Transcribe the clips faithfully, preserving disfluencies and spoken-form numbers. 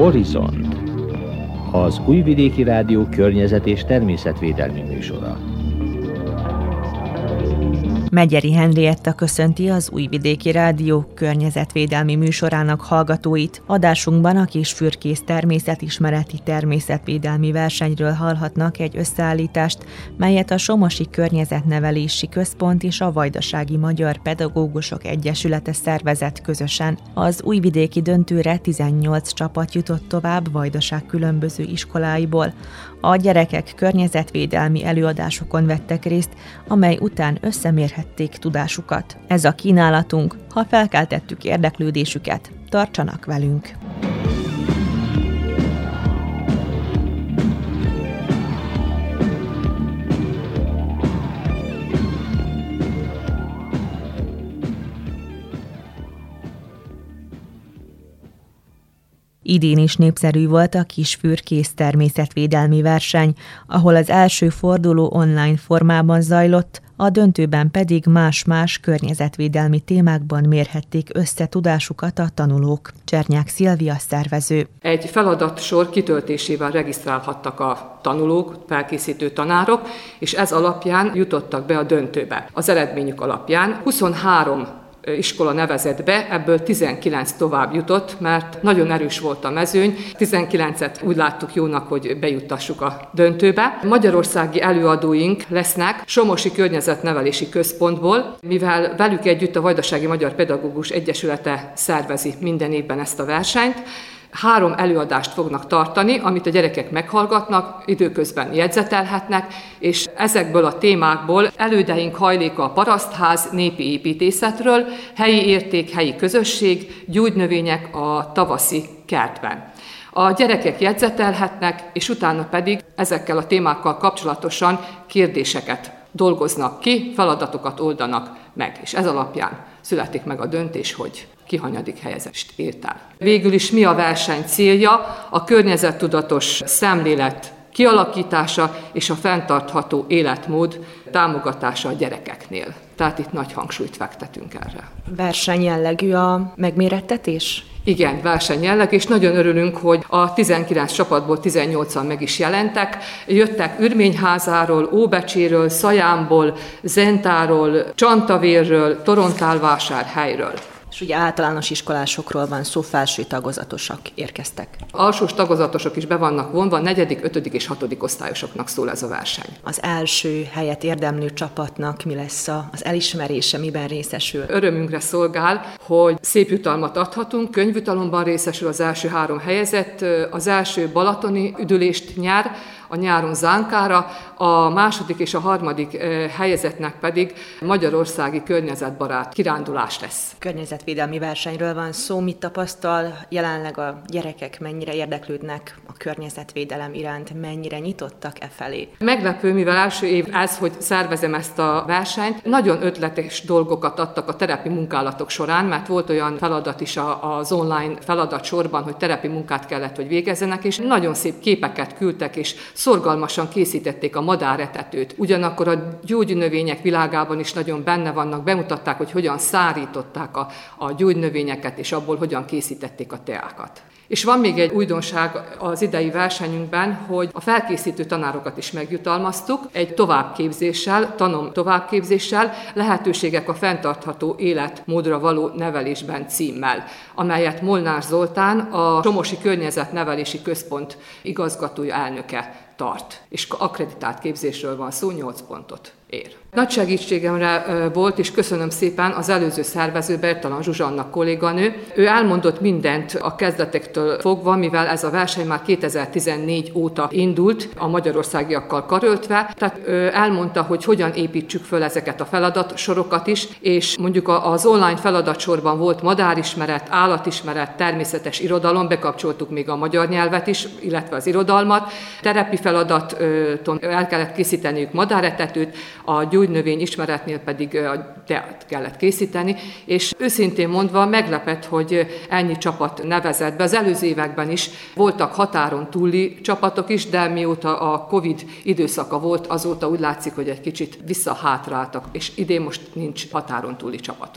Horizont, az Újvidéki Rádió környezet- és természetvédelmi műsora. Megyeri Henrietta köszönti az Újvidéki Rádió környezetvédelmi műsorának hallgatóit. Adásunkban a Kisfürkész természetismereti természetvédelmi versenyről hallhatnak egy összeállítást, melyet a Somosi Környezetnevelési Központ és a Vajdasági Magyar Pedagógusok Egyesülete szervezett közösen. Az újvidéki döntőre tizennyolc csapat jutott tovább Vajdaság különböző iskoláiból. A gyerekek környezetvédelmi előadásokon vettek részt, amely után összemérhették tudásukat. Ez a kínálatunk, ha felkeltettük érdeklődésüket, tartsanak velünk! Idén is népszerű volt a Kisfürkész természetvédelmi verseny, ahol az első forduló online formában zajlott, a döntőben pedig más-más környezetvédelmi témákban mérhették össze tudásukat a tanulók. Csernyák Szilvia szervező. Egy feladatsor kitöltésével regisztrálhattak a tanulók, felkészítő tanárok, és ez alapján jutottak be a döntőbe. Az eredményük alapján huszonhárom iskola nevezett be, ebből tizenkilenc tovább jutott, mert nagyon erős volt a mezőny. tizenkilencet úgy láttuk jónak, hogy bejuttassuk a döntőbe. Magyarországi előadóink lesznek Somosi Környezetnevelési Központból, mivel velük együtt a Vajdasági Magyar Pedagógus Egyesülete szervezi minden évben ezt a versenyt. Három előadást fognak tartani, amit a gyerekek meghallgatnak, időközben jegyzetelhetnek, és ezekből a témákból elődeink hajléka a parasztház, népi építészetről, helyi érték, helyi közösség, gyógynövények a tavaszi kertben. A gyerekek jegyzetelhetnek, és utána pedig ezekkel a témákkal kapcsolatosan kérdéseket dolgoznak ki, feladatokat oldanak meg, és ez alapján születik meg a döntés, hogy ki hanyadik helyezést ért el. Végül is mi a verseny célja? A környezettudatos szemlélet kialakítása és a fenntartható életmód támogatása a gyerekeknél. Tehát itt nagy hangsúlyt fektetünk erre. Versenyjellegű a megmérettetés? Igen, versenyjelleg, és nagyon örülünk, hogy a tizenkilenc csapatból tizennyolcan meg is jelentek. Jöttek Ürményházáról, Óbecséről, Szajánból, Zentáról, Csantavérről, Torontálvásárhelyről. És ugye általános iskolásokról van szó, felső tagozatosak érkeztek. Alsós tagozatosok is be vannak vonva, negyedik, ötödik és hatodik osztályosoknak szól ez a verseny. Az első helyet érdemlő csapatnak mi lesz az elismerése, miben részesül? Örömünkre szolgál, hogy szép jutalmat adhatunk, könyvjutalomban részesül az első három helyezett, az első balatoni üdülést nyer, a nyáron Zánkára, a második és a harmadik helyezettnek pedig magyarországi környezetbarát kirándulás lesz. Környezetvédelmi versenyről van szó, mit tapasztal jelenleg a gyerekek, mennyire érdeklődnek a környezetvédelem iránt, mennyire nyitottak e felé? Meglepő, mivel első év ez, hogy szervezem ezt a versenyt, nagyon ötletes dolgokat adtak a terepi munkálatok során, mert volt olyan feladat is az online feladatsorban, hogy terepi munkát kellett, hogy végezzenek, és nagyon szép képeket küldtek, és szorgalmasan készítették a madáretetőt. Ugyanakkor a gyógynövények világában is nagyon benne vannak, bemutatták, hogy hogyan szárították a, a gyógynövényeket, és abból hogyan készítették a teákat. És van még egy újdonság az idei versenyünkben, hogy a felkészítő tanárokat is megjutalmaztuk egy továbbképzéssel, tanom továbbképzéssel, lehetőségek a fenntartható életmódra való nevelésben címmel, amelyet Molnár Zoltán, a Somosi Környezetnevelési Központ igazgatója, elnöke tart. És akkreditált képzésről van szó, nyolc pontot ér. Nagy segítségemre volt, és köszönöm szépen az előző szervező, Bertalan Zsuzsanna kolléganő. Ő elmondott mindent a kezdetektől fogva, mivel ez a verseny már kétezer-tizennégy óta indult, a magyarországiakkal karöltve. Tehát ő elmondta, hogy hogyan építsük föl ezeket a feladatsorokat is, és mondjuk az online feladatsorban volt madárismeret, állatismeret, természetes irodalom, bekapcsoltuk még a magyar nyelvet is, illetve az irodalmat. Terepi feladaton el kellett készíteniük madáretetőt, a gyógynövény ismeretnél pedig a teát kellett készíteni, és őszintén mondva meglepett, hogy ennyi csapat nevezett be. Az előző években is voltak határon túli csapatok is, de mióta a Covid időszaka volt, azóta úgy látszik, hogy egy kicsit visszahátráltak, és idén most nincs határon túli csapatunk.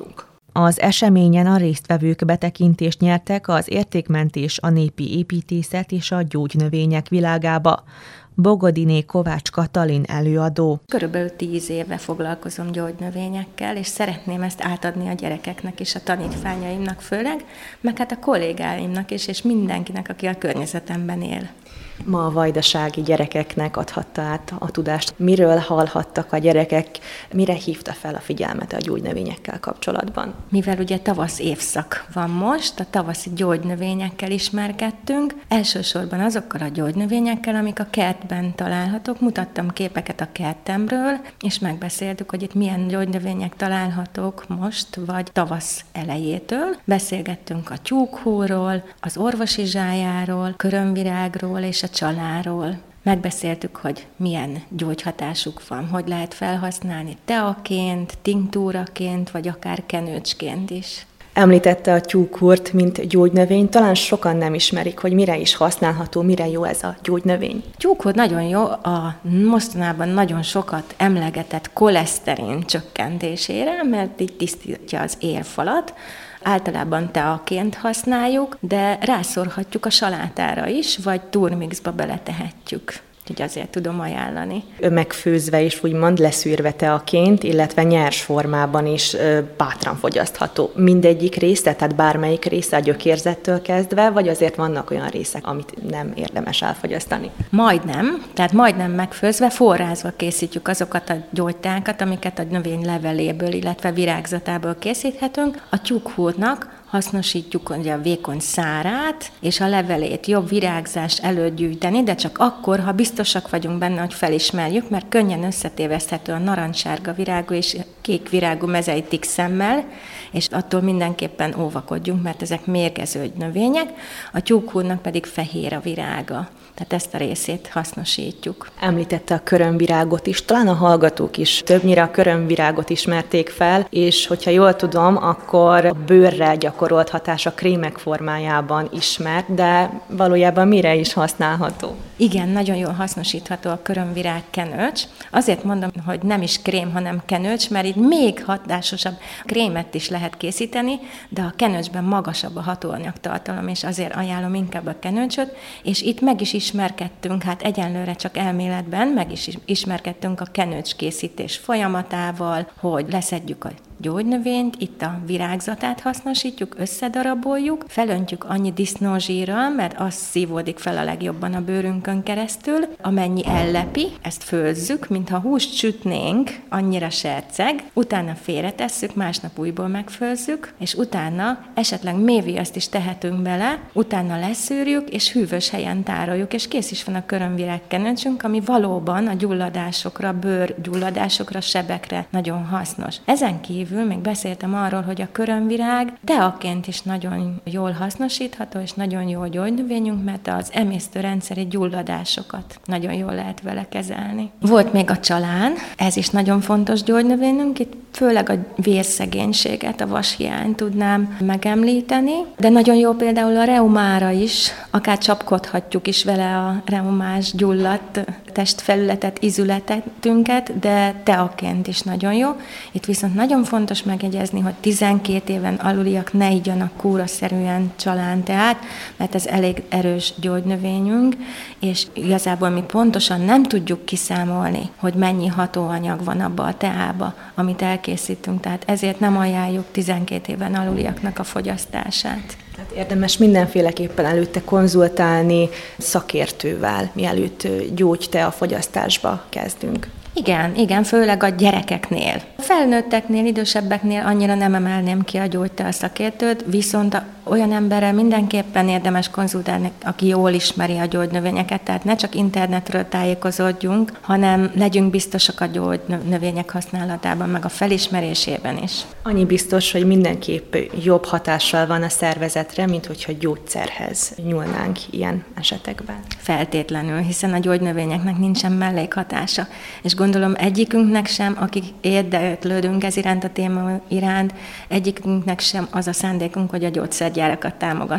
Az eseményen a résztvevők betekintést nyertek az értékmentés, a népi építészet és a gyógynövények világába. Bogodiné Kovács Katalin előadó. Körülbelül tíz éve foglalkozom gyógynövényekkel, és szeretném ezt átadni a gyerekeknek és a tanítványaimnak főleg, meg hát a kollégáimnak is, és mindenkinek, aki a környezetemben él. Ma a vajdasági gyerekeknek adhatta át a tudást. Miről hallhattak a gyerekek, mire hívta fel a figyelmet a gyógynövényekkel kapcsolatban? Mivel ugye tavasz évszak van most, a tavaszi gyógynövényekkel ismerkedtünk, elsősorban azokkal a gyógynövényekkel, amik a kertben találhatók. Mutattam képeket a kertemről, és megbeszéltük, hogy itt milyen gyógynövények találhatók most, vagy tavasz elejétől. Beszélgettünk a tyúkhúról, az orvosi zsájáról, körömvirágról és a csaláról. Megbeszéltük, hogy milyen gyógyhatásuk van, hogy lehet felhasználni teaként, tinktúraként, vagy akár kenőcsként is. Említette a tyúkhúrt, mint gyógynövény, talán sokan nem ismerik, hogy mire is használható, mire jó ez a gyógynövény. Tyúkhúr nagyon jó a mostanában nagyon sokat emlegetett koleszterin csökkentésére, mert így tisztítja az érfalat. Általában teaként használjuk, de rászorhatjuk a salátára is, vagy turmixba beletehetjük. Így azért tudom ajánlani. Megfőzve és úgymond leszűrve teaként, illetve nyers formában is bátran fogyasztható. Mindegyik része, tehát bármelyik része a gyökérzettől kezdve, vagy azért vannak olyan részek, amit nem érdemes elfogyasztani? Majdnem, tehát majdnem megfőzve, forrázva készítjük azokat a gyógytákat, amiket a növény leveléből, illetve virágzatából készíthetünk. A tyúkhúrnak hasznosítjuk ugye a vékony szárát, és a levelét jobb virágzás előtt gyűjteni, de csak akkor, ha biztosak vagyunk benne, hogy felismerjük, mert könnyen összetéveszthető a narancssárga virágú és kék virágú mezei tikszemmel, és attól mindenképpen óvakodjunk, mert ezek mérgező növények, a tyúkhúrnak pedig fehér a virága. Tehát ezt a részét hasznosítjuk. Említette a körömvirágot is, talán a hallgatók is többnyire a körömvirágot ismerték fel, és hogyha jól tudom, akkor a bőrre gyakorolt hatása krémek formájában ismert, de valójában mire is használható? Igen, nagyon jól hasznosítható a körömvirág kenőcs. Azért mondom, hogy nem is krém, hanem kenőcs, mert így még hatásosabb krémet is lehet készíteni, de a kenőcsben magasabb a hatóanyagtartalom, és azért ajánlom inkább a kenőcsöt, és itt meg is ismerkedtünk, hát egyenlőre csak elméletben, meg is ismerkedtünk a kenőcs készítés folyamatával, hogy leszedjük a gyógynövényt, itt a virágzatát hasznosítjuk, összedaraboljuk, felöntjük annyi disznózsírral, mert az szívódik fel a legjobban a bőrünkön keresztül, amennyi ellepi, ezt főzzük, mintha húst sütnénk, annyira serceg, utána félretesszük, másnap újból megfőzzük, és utána esetleg méviaszt is tehetünk bele, utána leszűrjük, és hűvös helyen tároljuk, és kész is van a körömvirág kenőcsünk, ami valóban a gyulladásokra, bőrgyulladásokra, sebekre nagyon hasznos. Ezen kívül még beszéltem arról, hogy a körömvirág teaként is nagyon jól hasznosítható, és nagyon jó gyógynövényünk, mert az emésztőrendszeri gyulladásokat nagyon jól lehet vele kezelni. Volt még a csalán, ez is nagyon fontos gyógynövényünk, itt főleg a vérszegénységet, a vashiányt tudnám megemlíteni, de nagyon jó például a reumára is, akár csapkodhatjuk is vele a reumás gyulladt testfelületet, izületetünket, de teaként is nagyon jó. Itt viszont nagyon fontos megjegyezni, hogy tizenkét éven aluliak ne igyanak kúraszerűen csalánteát, mert ez elég erős gyógynövényünk, és igazából mi pontosan nem tudjuk kiszámolni, hogy mennyi hatóanyag van abba a teába, amit elkészítünk, tehát ezért nem ajánljuk tizenkét éven aluliaknak a fogyasztását. Tehát érdemes mindenféleképpen előtte konzultálni szakértővel, mielőtt gyógytea fogyasztásba kezdünk. Igen, igen, főleg a gyerekeknél. A felnőtteknél, idősebbeknél annyira nem emelném ki a gyógytea szakértőt, viszont olyan emberrel mindenképpen érdemes konzultálni, aki jól ismeri a gyógynövényeket, tehát ne csak internetről tájékozódjunk, hanem legyünk biztosak a gyógynövények használatában, meg a felismerésében is. Annyi biztos, hogy mindenképp jobb hatással van a szervezetre, mint hogyha gyógyszerhez nyúlnánk ilyen esetekben. Feltétlenül, hiszen a gyógynövényeknek nincsen mellékhatása, és gondolom egyikünknek sem, akik érdeklődünk ez iránt a téma iránt, egyikünknek sem az a szándékunk, hogy a gyógyszergyárakat támogassuk.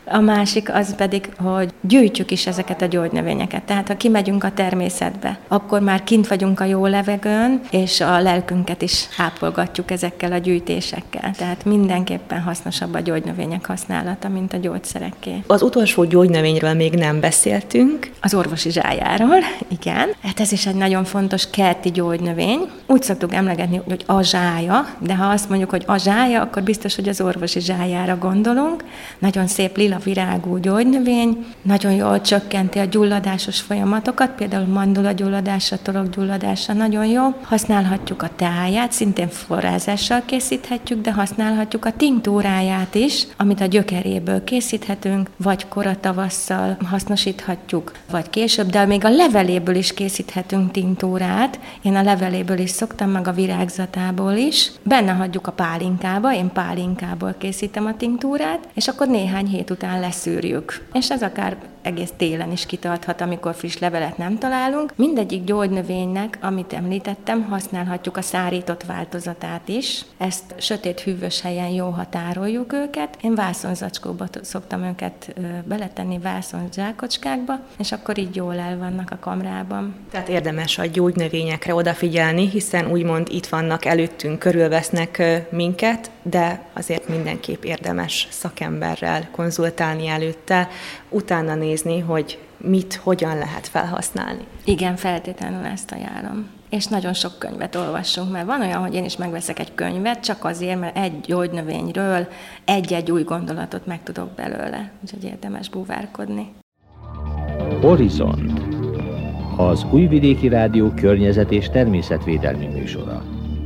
A másik az pedig, hogy gyűjtjük is ezeket a gyógynövényeket. Tehát ha kimegyünk a természetbe, akkor már kint vagyunk a jó levegőn, és a lelkünket is ápolgatjuk ezekkel a gyűjtésekkel. Tehát mindenképpen hasznosabb a gyógynövények használata, mint a gyógyszereké. Az utolsó gyógynövényről még nem beszéltünk. Az orvosi zsájáról, igen. Hát ez is egy nagyon fontos kerti gyógynövény. Úgy szoktuk emlegetni, hogy a zsája, de ha azt mondjuk, hogy a zsája, akkor biztos, hogy az orvosi zsájára gondolunk. Nagyon szép lila virágú gyógynövény, nagyon jól csökkenti a gyulladásos folyamatokat, például mandulagyulladásra, torokgyulladásra nagyon jó. Használhatjuk a teáját, szintén forrázással készíthetjük, de használhatjuk a tinktúráját is, amit a gyökeréből készíthetünk, vagy kora tavasszal hasznosíthatjuk, vagy később, de még a leveléből is készíthetünk tinktúrát. Én a leveléből is szoktam, meg a virágzatából is. Benne hagyjuk a pálinkába, én pálinkából készítem a tinktúrát, és akkor néhány hét után leszűrjük. És ez akár egész télen is kitarthat, amikor friss levelet nem találunk. Mindegyik gyógynövénynek, amit említettem, használhatjuk a szárított változatát is. Ezt sötét hűvös helyen jó határoljuk őket. Én vászonzacskóba szoktam őket beletenni, vászonzsákocskákba, és akkor így jól el vannak a kamrában. Tehát érdemes a gyógynövényekre odafigyelni, hiszen úgymond itt vannak előttünk, körülvesznek minket, de azért mindenképp érdemes szakemberrel konzultálni előtte, utána nézni, hogy mit, hogyan lehet felhasználni. Igen, feltétlenül ezt ajánlom. És nagyon sok könyvet olvassunk, mert van olyan, hogy én is megveszek egy könyvet, csak azért, mert egy gyógynövényről egy-egy új gondolatot meg tudok belőle. Úgyhogy érdemes búvárkodni. Horizont, az Újvidéki Rádió környezet- és természetvédelmi műsora.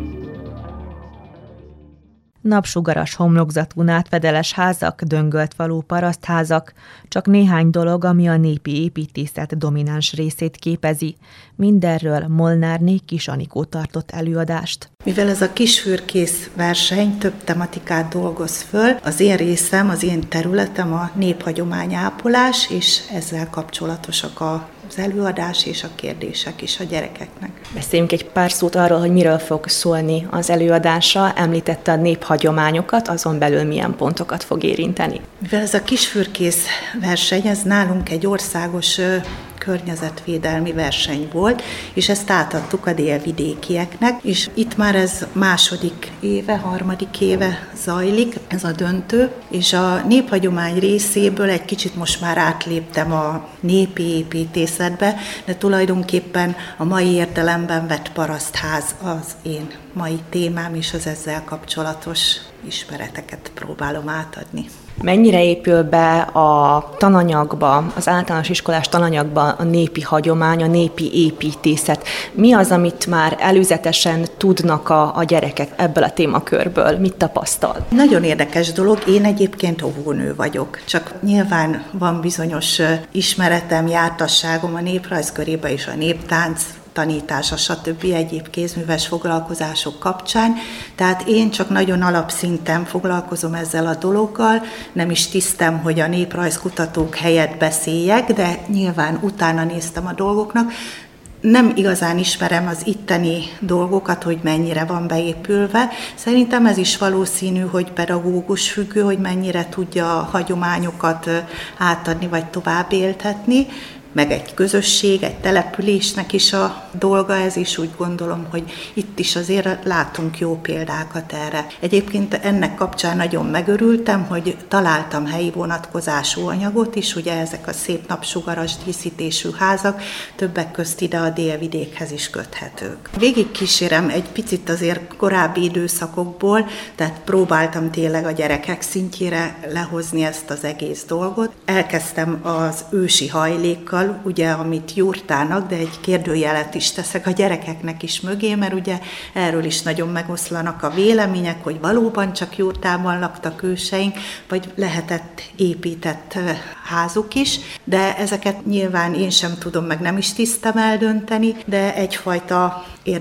Napsugaras homlokzatú nátfedeles házak, döngölt falú parasztházak, csak néhány dolog, ami a népi építészet domináns részét képezi. Mindenről Molnárné Kis Anikó tartott előadást. Mivel ez a kisfürkész verseny több tematikát dolgoz föl, az én részem, az én területem a néphagyományápolás, és ezzel kapcsolatosak a az előadás és a kérdések is a gyerekeknek. Beszéljünk egy pár szót arról, hogy miről fog szólni az előadása. Említette a néphagyományokat, azon belül milyen pontokat fog érinteni. Mivel ez a kisfürkész verseny, ez nálunk egy országos környezetvédelmi verseny volt, és ezt átadtuk a délvidékieknek, és itt már ez második éve, harmadik éve zajlik, ez a döntő, és a néphagyomány részéből egy kicsit most már átléptem a népi építészetbe, de tulajdonképpen a mai értelemben vett parasztház az én mai témám, és az ezzel kapcsolatos ismereteket próbálom átadni. Mennyire épül be a tananyagba, az általános iskolás tananyagba a népi hagyomány, a népi építészet? Mi az, amit már előzetesen tudnak a, a gyerekek ebből a témakörből? Mit tapasztal? Nagyon érdekes dolog. Én egyébként óvónő vagyok, csak nyilván van bizonyos ismeretem, jártasságom a néprajzkörébe és a néptánc tanítása, stb. Egyéb kézműves foglalkozások kapcsán. Tehát én csak nagyon alapszinten foglalkozom ezzel a dologgal, nem is tisztem, hogy a néprajzkutatók helyett beszéljek, de nyilván utána néztem a dolgoknak. Nem igazán ismerem az itteni dolgokat, hogy mennyire van beépülve. Szerintem ez is valószínű, hogy pedagógus függő, hogy mennyire tudja a hagyományokat átadni vagy tovább éltetni, meg egy közösség, egy településnek is a dolga ez, és úgy gondolom, hogy itt is azért látunk jó példákat erre. Egyébként ennek kapcsán nagyon megörültem, hogy találtam helyi vonatkozású anyagot is, ugye ezek a szép napsugaras díszítésű házak, többek közt ide a délvidékhez is köthetők. Végig kísérem egy picit azért korábbi időszakokból, tehát próbáltam tényleg a gyerekek szintjére lehozni ezt az egész dolgot. Elkezdtem az ősi hajlékkal, ugye, amit jurtának, de egy kérdőjelet is teszek a gyerekeknek is mögé, mert ugye erről is nagyon megoszlanak a vélemények, hogy valóban csak jurtában laktak őseink, vagy lehetett épített házuk is, de ezeket nyilván én sem tudom, meg nem is tisztem eldönteni, de egyfajta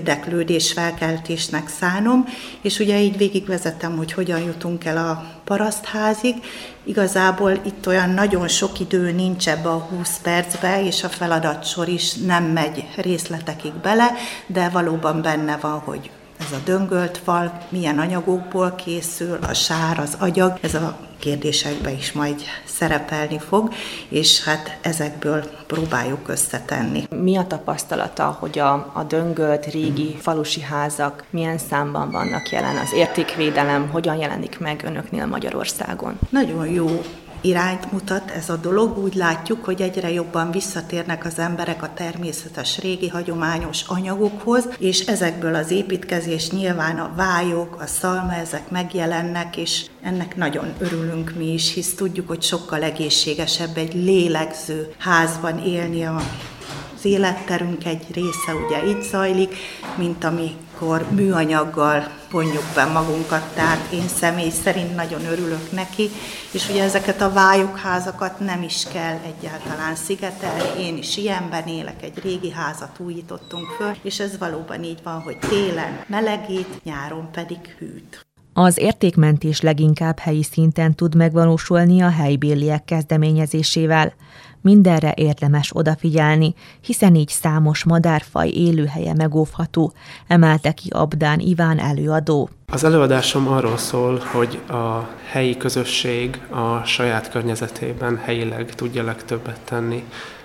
érdeklődésfelkeltésnek szánom, és ugye így végigvezetem, hogy hogyan jutunk el a parasztházig. Igazából itt olyan nagyon sok idő nincs ebbe a húsz percbe, és a feladatsor is nem megy részletekig bele, de valóban benne van, hogy ez a döngölt fal milyen anyagokból készül, a sár, az agyag, ez a kérdésekben is majd szerepelni fog, és hát ezekből próbáljuk összetenni. Mi a tapasztalata, hogy a, a döngölt régi falusi házak milyen számban vannak jelen? Az értékvédelem hogyan jelenik meg önöknél Magyarországon? Nagyon jó irányt mutat ez a dolog. Úgy látjuk, hogy egyre jobban visszatérnek az emberek a természetes, régi, hagyományos anyagokhoz, és ezekből az építkezés nyilván a vályok, a szalma, ezek megjelennek, és ennek nagyon örülünk mi is, hisz tudjuk, hogy sokkal egészségesebb egy lélegző házban élni a az életterünk egy része ugye így zajlik, mint amikor műanyaggal vonjuk be magunkat, tehát én személy szerint nagyon örülök neki, és ugye ezeket a vályokházakat nem is kell egyáltalán szigetelni, én is ilyenben élek, egy régi házat újítottunk föl, és ez valóban így van, hogy télen melegít, nyáron pedig hűt. Az értékmentés leginkább helyi szinten tud megvalósulni a helybéliek kezdeményezésével. Mindenre érdemes odafigyelni, hiszen így számos madárfaj élőhelye megóvható, emelte ki Abdán Iván előadó. Az előadásom arról szól, hogy a helyi közösség a saját környezetében helyileg tudja legtöbbet tenni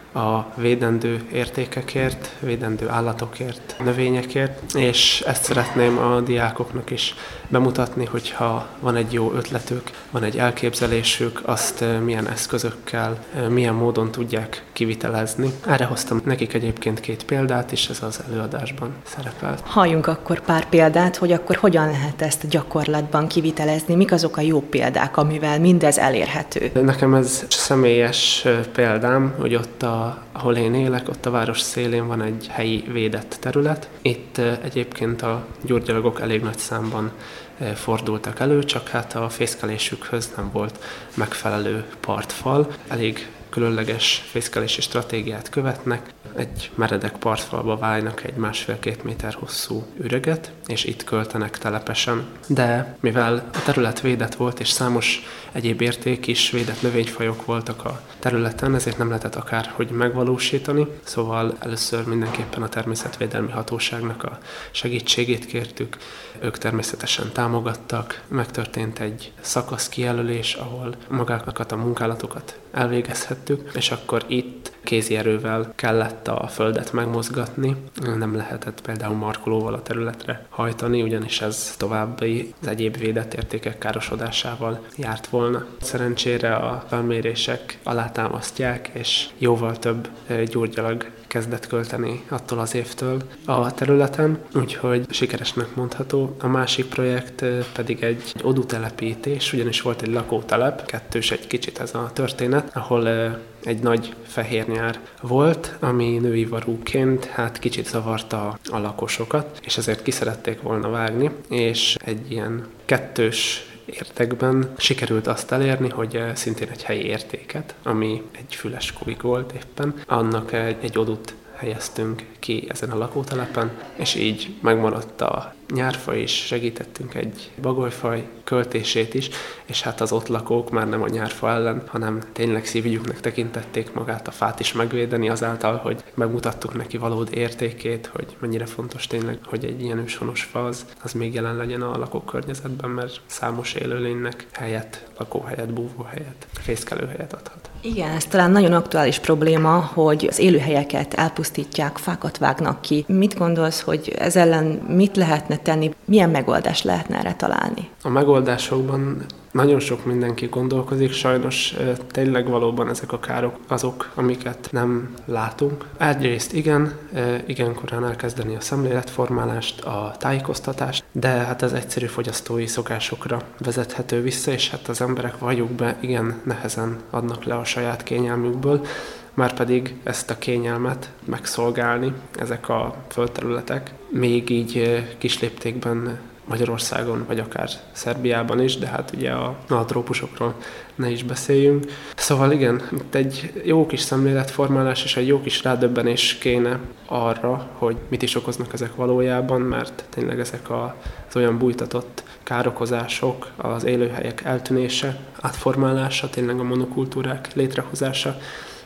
a védendő értékekért, védendő állatokért, növényekért, és ezt szeretném a diákoknak is bemutatni, hogyha van egy jó ötletük, van egy elképzelésük, azt milyen eszközökkel, milyen módon tudják kivitelezni. Erre hoztam nekik egyébként két példát, és ez az előadásban szerepel. Halljunk akkor pár példát, hogy akkor hogyan lehet ezt gyakorlatban kivitelezni, mik azok a jó példák, amivel mindez elérhető? Nekem ez személyes példám, hogy ott a ahol én élek, ott a város szélén van egy helyi védett terület. Itt egyébként a gyurgyalagok elég nagy számban fordultak elő, csak hát a fészkelésükhöz nem volt megfelelő partfal. Elég különleges fészkelési stratégiát követnek. Egy meredek partfalba vájnak egy másfél-két méter hosszú üreget, és itt költenek telepesen. De mivel a terület védett volt, és számos egyéb érték is, védett növényfajok voltak a területen, ezért nem lehetett akárhogy megvalósítani. Szóval először mindenképpen a Természetvédelmi Hatóságnak a segítségét kértük. Ők természetesen támogattak. Megtörtént egy szakasz kijelölés, ahol magákat a munkálatokat elvégezhettük, és akkor itt kézi erővel kellett a földet megmozgatni. Nem lehetett például markolóval a területre hajtani, ugyanis ez további az egyéb védett értékek károsodásával járt volna. Szerencsére a felmérések alátámasztják, és jóval több gyurgyalag kezdett költeni attól az évtől a területen, úgyhogy sikeresnek mondható. A másik projekt pedig egy odútelepítés, ugyanis volt egy lakótelep, kettős egy kicsit ez a történet, ahol egy nagy fehérnyár volt, ami női varúként hát kicsit zavarta a lakosokat, és ezért ki szerették volna vágni, és egy ilyen kettős értekben sikerült azt elérni, hogy szintén egy helyi értéket, ami egy füles kubik volt éppen, annak egy, egy odút helyeztünk ki ezen a lakótelepen, és így megmaradt a nyárfaj is, segítettünk egy bagolyfaj költését is, és hát az ott lakók már nem a nyárfa ellen, hanem tényleg szívügyüknek tekintették magát a fát is megvédeni azáltal, hogy megmutattuk neki valódi értékét, hogy mennyire fontos tényleg, hogy egy ilyen őshonos fa az, az még jelen legyen a lakókörnyezetben, mert számos élőlénynek helyet, lakóhelyet, búvóhelyet, fészkelőhelyet adhat. Igen, ez talán nagyon aktuális probléma, hogy az élőhelyeket elpusztítják, fákat vágnak ki. Mit gondolsz, hogy ez ellen mit lehetne tenni, milyen megoldást lehetne erre találni? A megoldásokban nagyon sok mindenki gondolkozik, sajnos tényleg valóban ezek a károk azok, amiket nem látunk. Egyrészt igen, igen korán elkezdeni a szemléletformálást, a tájékoztatást, de hát ez egyszerű fogyasztói szokásokra vezethető vissza, és hát az emberek valljuk be, igen nehezen adnak le a saját kényelmükből, márpedig ezt a kényelmet megszolgálni, ezek a földterületek még így kisléptékben Magyarországon, vagy akár Szerbiában is, de hát ugye a, a trópusokról ne is beszéljünk. Szóval igen, itt egy jó kis szemléletformálás és egy jó kis rádöbbenés kéne arra, hogy mit is okoznak ezek valójában, mert tényleg ezek a, az olyan bújtatott károkozások, az élőhelyek eltűnése, átformálása, tényleg a monokultúrák létrehozása,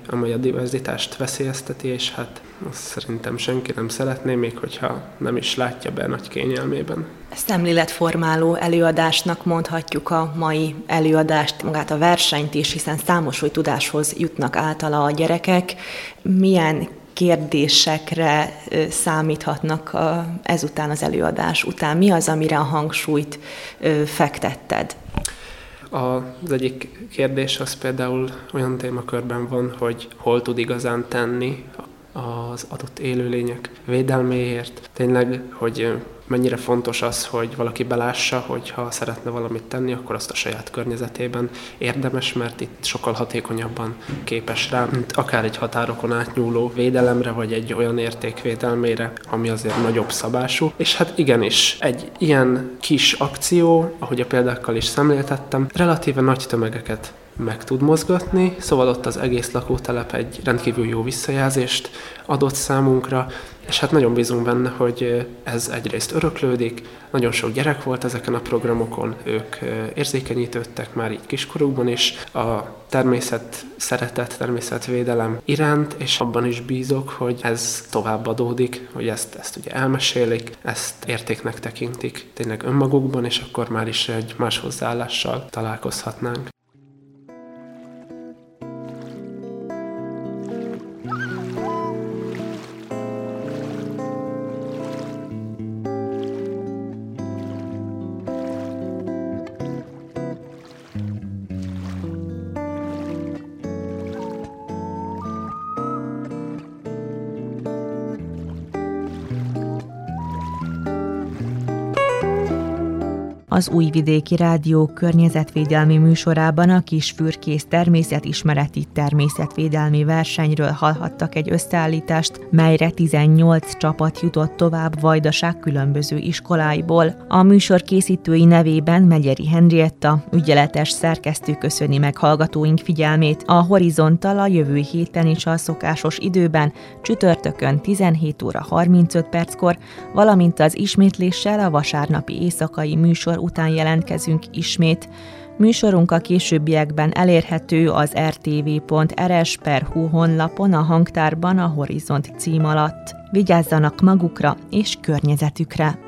amely a diverzitást veszélyezteti, és hát azt szerintem senki nem szeretné, még hogyha nem is látja be nagy kényelmében. Szemléletformáló előadásnak mondhatjuk a mai előadást, magát a versenyt is, hiszen számos új tudáshoz jutnak általa a gyerekek. Milyen kérdésekre számíthatnak ezután, az előadás után? Mi az, amire a hangsúlyt fektetted? Az egyik kérdés az például olyan témakörben van, hogy hol tud igazán tenni az adott élőlények védelméért. Tényleg, hogy mennyire fontos az, hogy valaki belássa, hogy ha szeretne valamit tenni, akkor azt a saját környezetében érdemes, mert itt sokkal hatékonyabban képes rá, mint akár egy határokon átnyúló védelemre, vagy egy olyan érték védelmére, ami azért nagyobb szabású. És hát igenis, egy ilyen kis akció, ahogy a példákkal is szemléltettem, relatíve nagy tömegeket meg tud mozgatni, szóval ott az egész lakótelep egy rendkívül jó visszajelzést adott számunkra, és hát nagyon bízunk benne, hogy ez egyrészt öröklődik, nagyon sok gyerek volt ezeken a programokon, ők érzékenyítődtek már így kiskorukban is a természet szeretet, természetvédelem iránt, és abban is bízok, hogy ez továbbadódik, hogy ezt, ezt ugye elmesélik, ezt értéknek tekintik tényleg önmagukban, és akkor már is egy más hozzáállással találkozhatnánk. Az Újvidéki Rádió környezetvédelmi műsorában a Kisfürkész természetismereti természetvédelmi versenyről hallhattak egy összeállítást, melyre tizennyolc csapat jutott tovább Vajdaság különböző iskoláiból. A műsor készítői nevében Megyeri Henrietta, ügyeletes szerkesztő köszöni meg hallgatóink figyelmét. A Horizonttal a jövő héten is a szokásos időben, csütörtökön tizenhét óra harmincöt perckor, valamint az ismétléssel a vasárnapi éjszakai műsor után jelentkezünk ismét. Műsorunk a későbbiekben elérhető az er té vé pont er es pont hu honlapon, a hangtárban a Horizont cím alatt. Vigyázzanak magukra és környezetükre!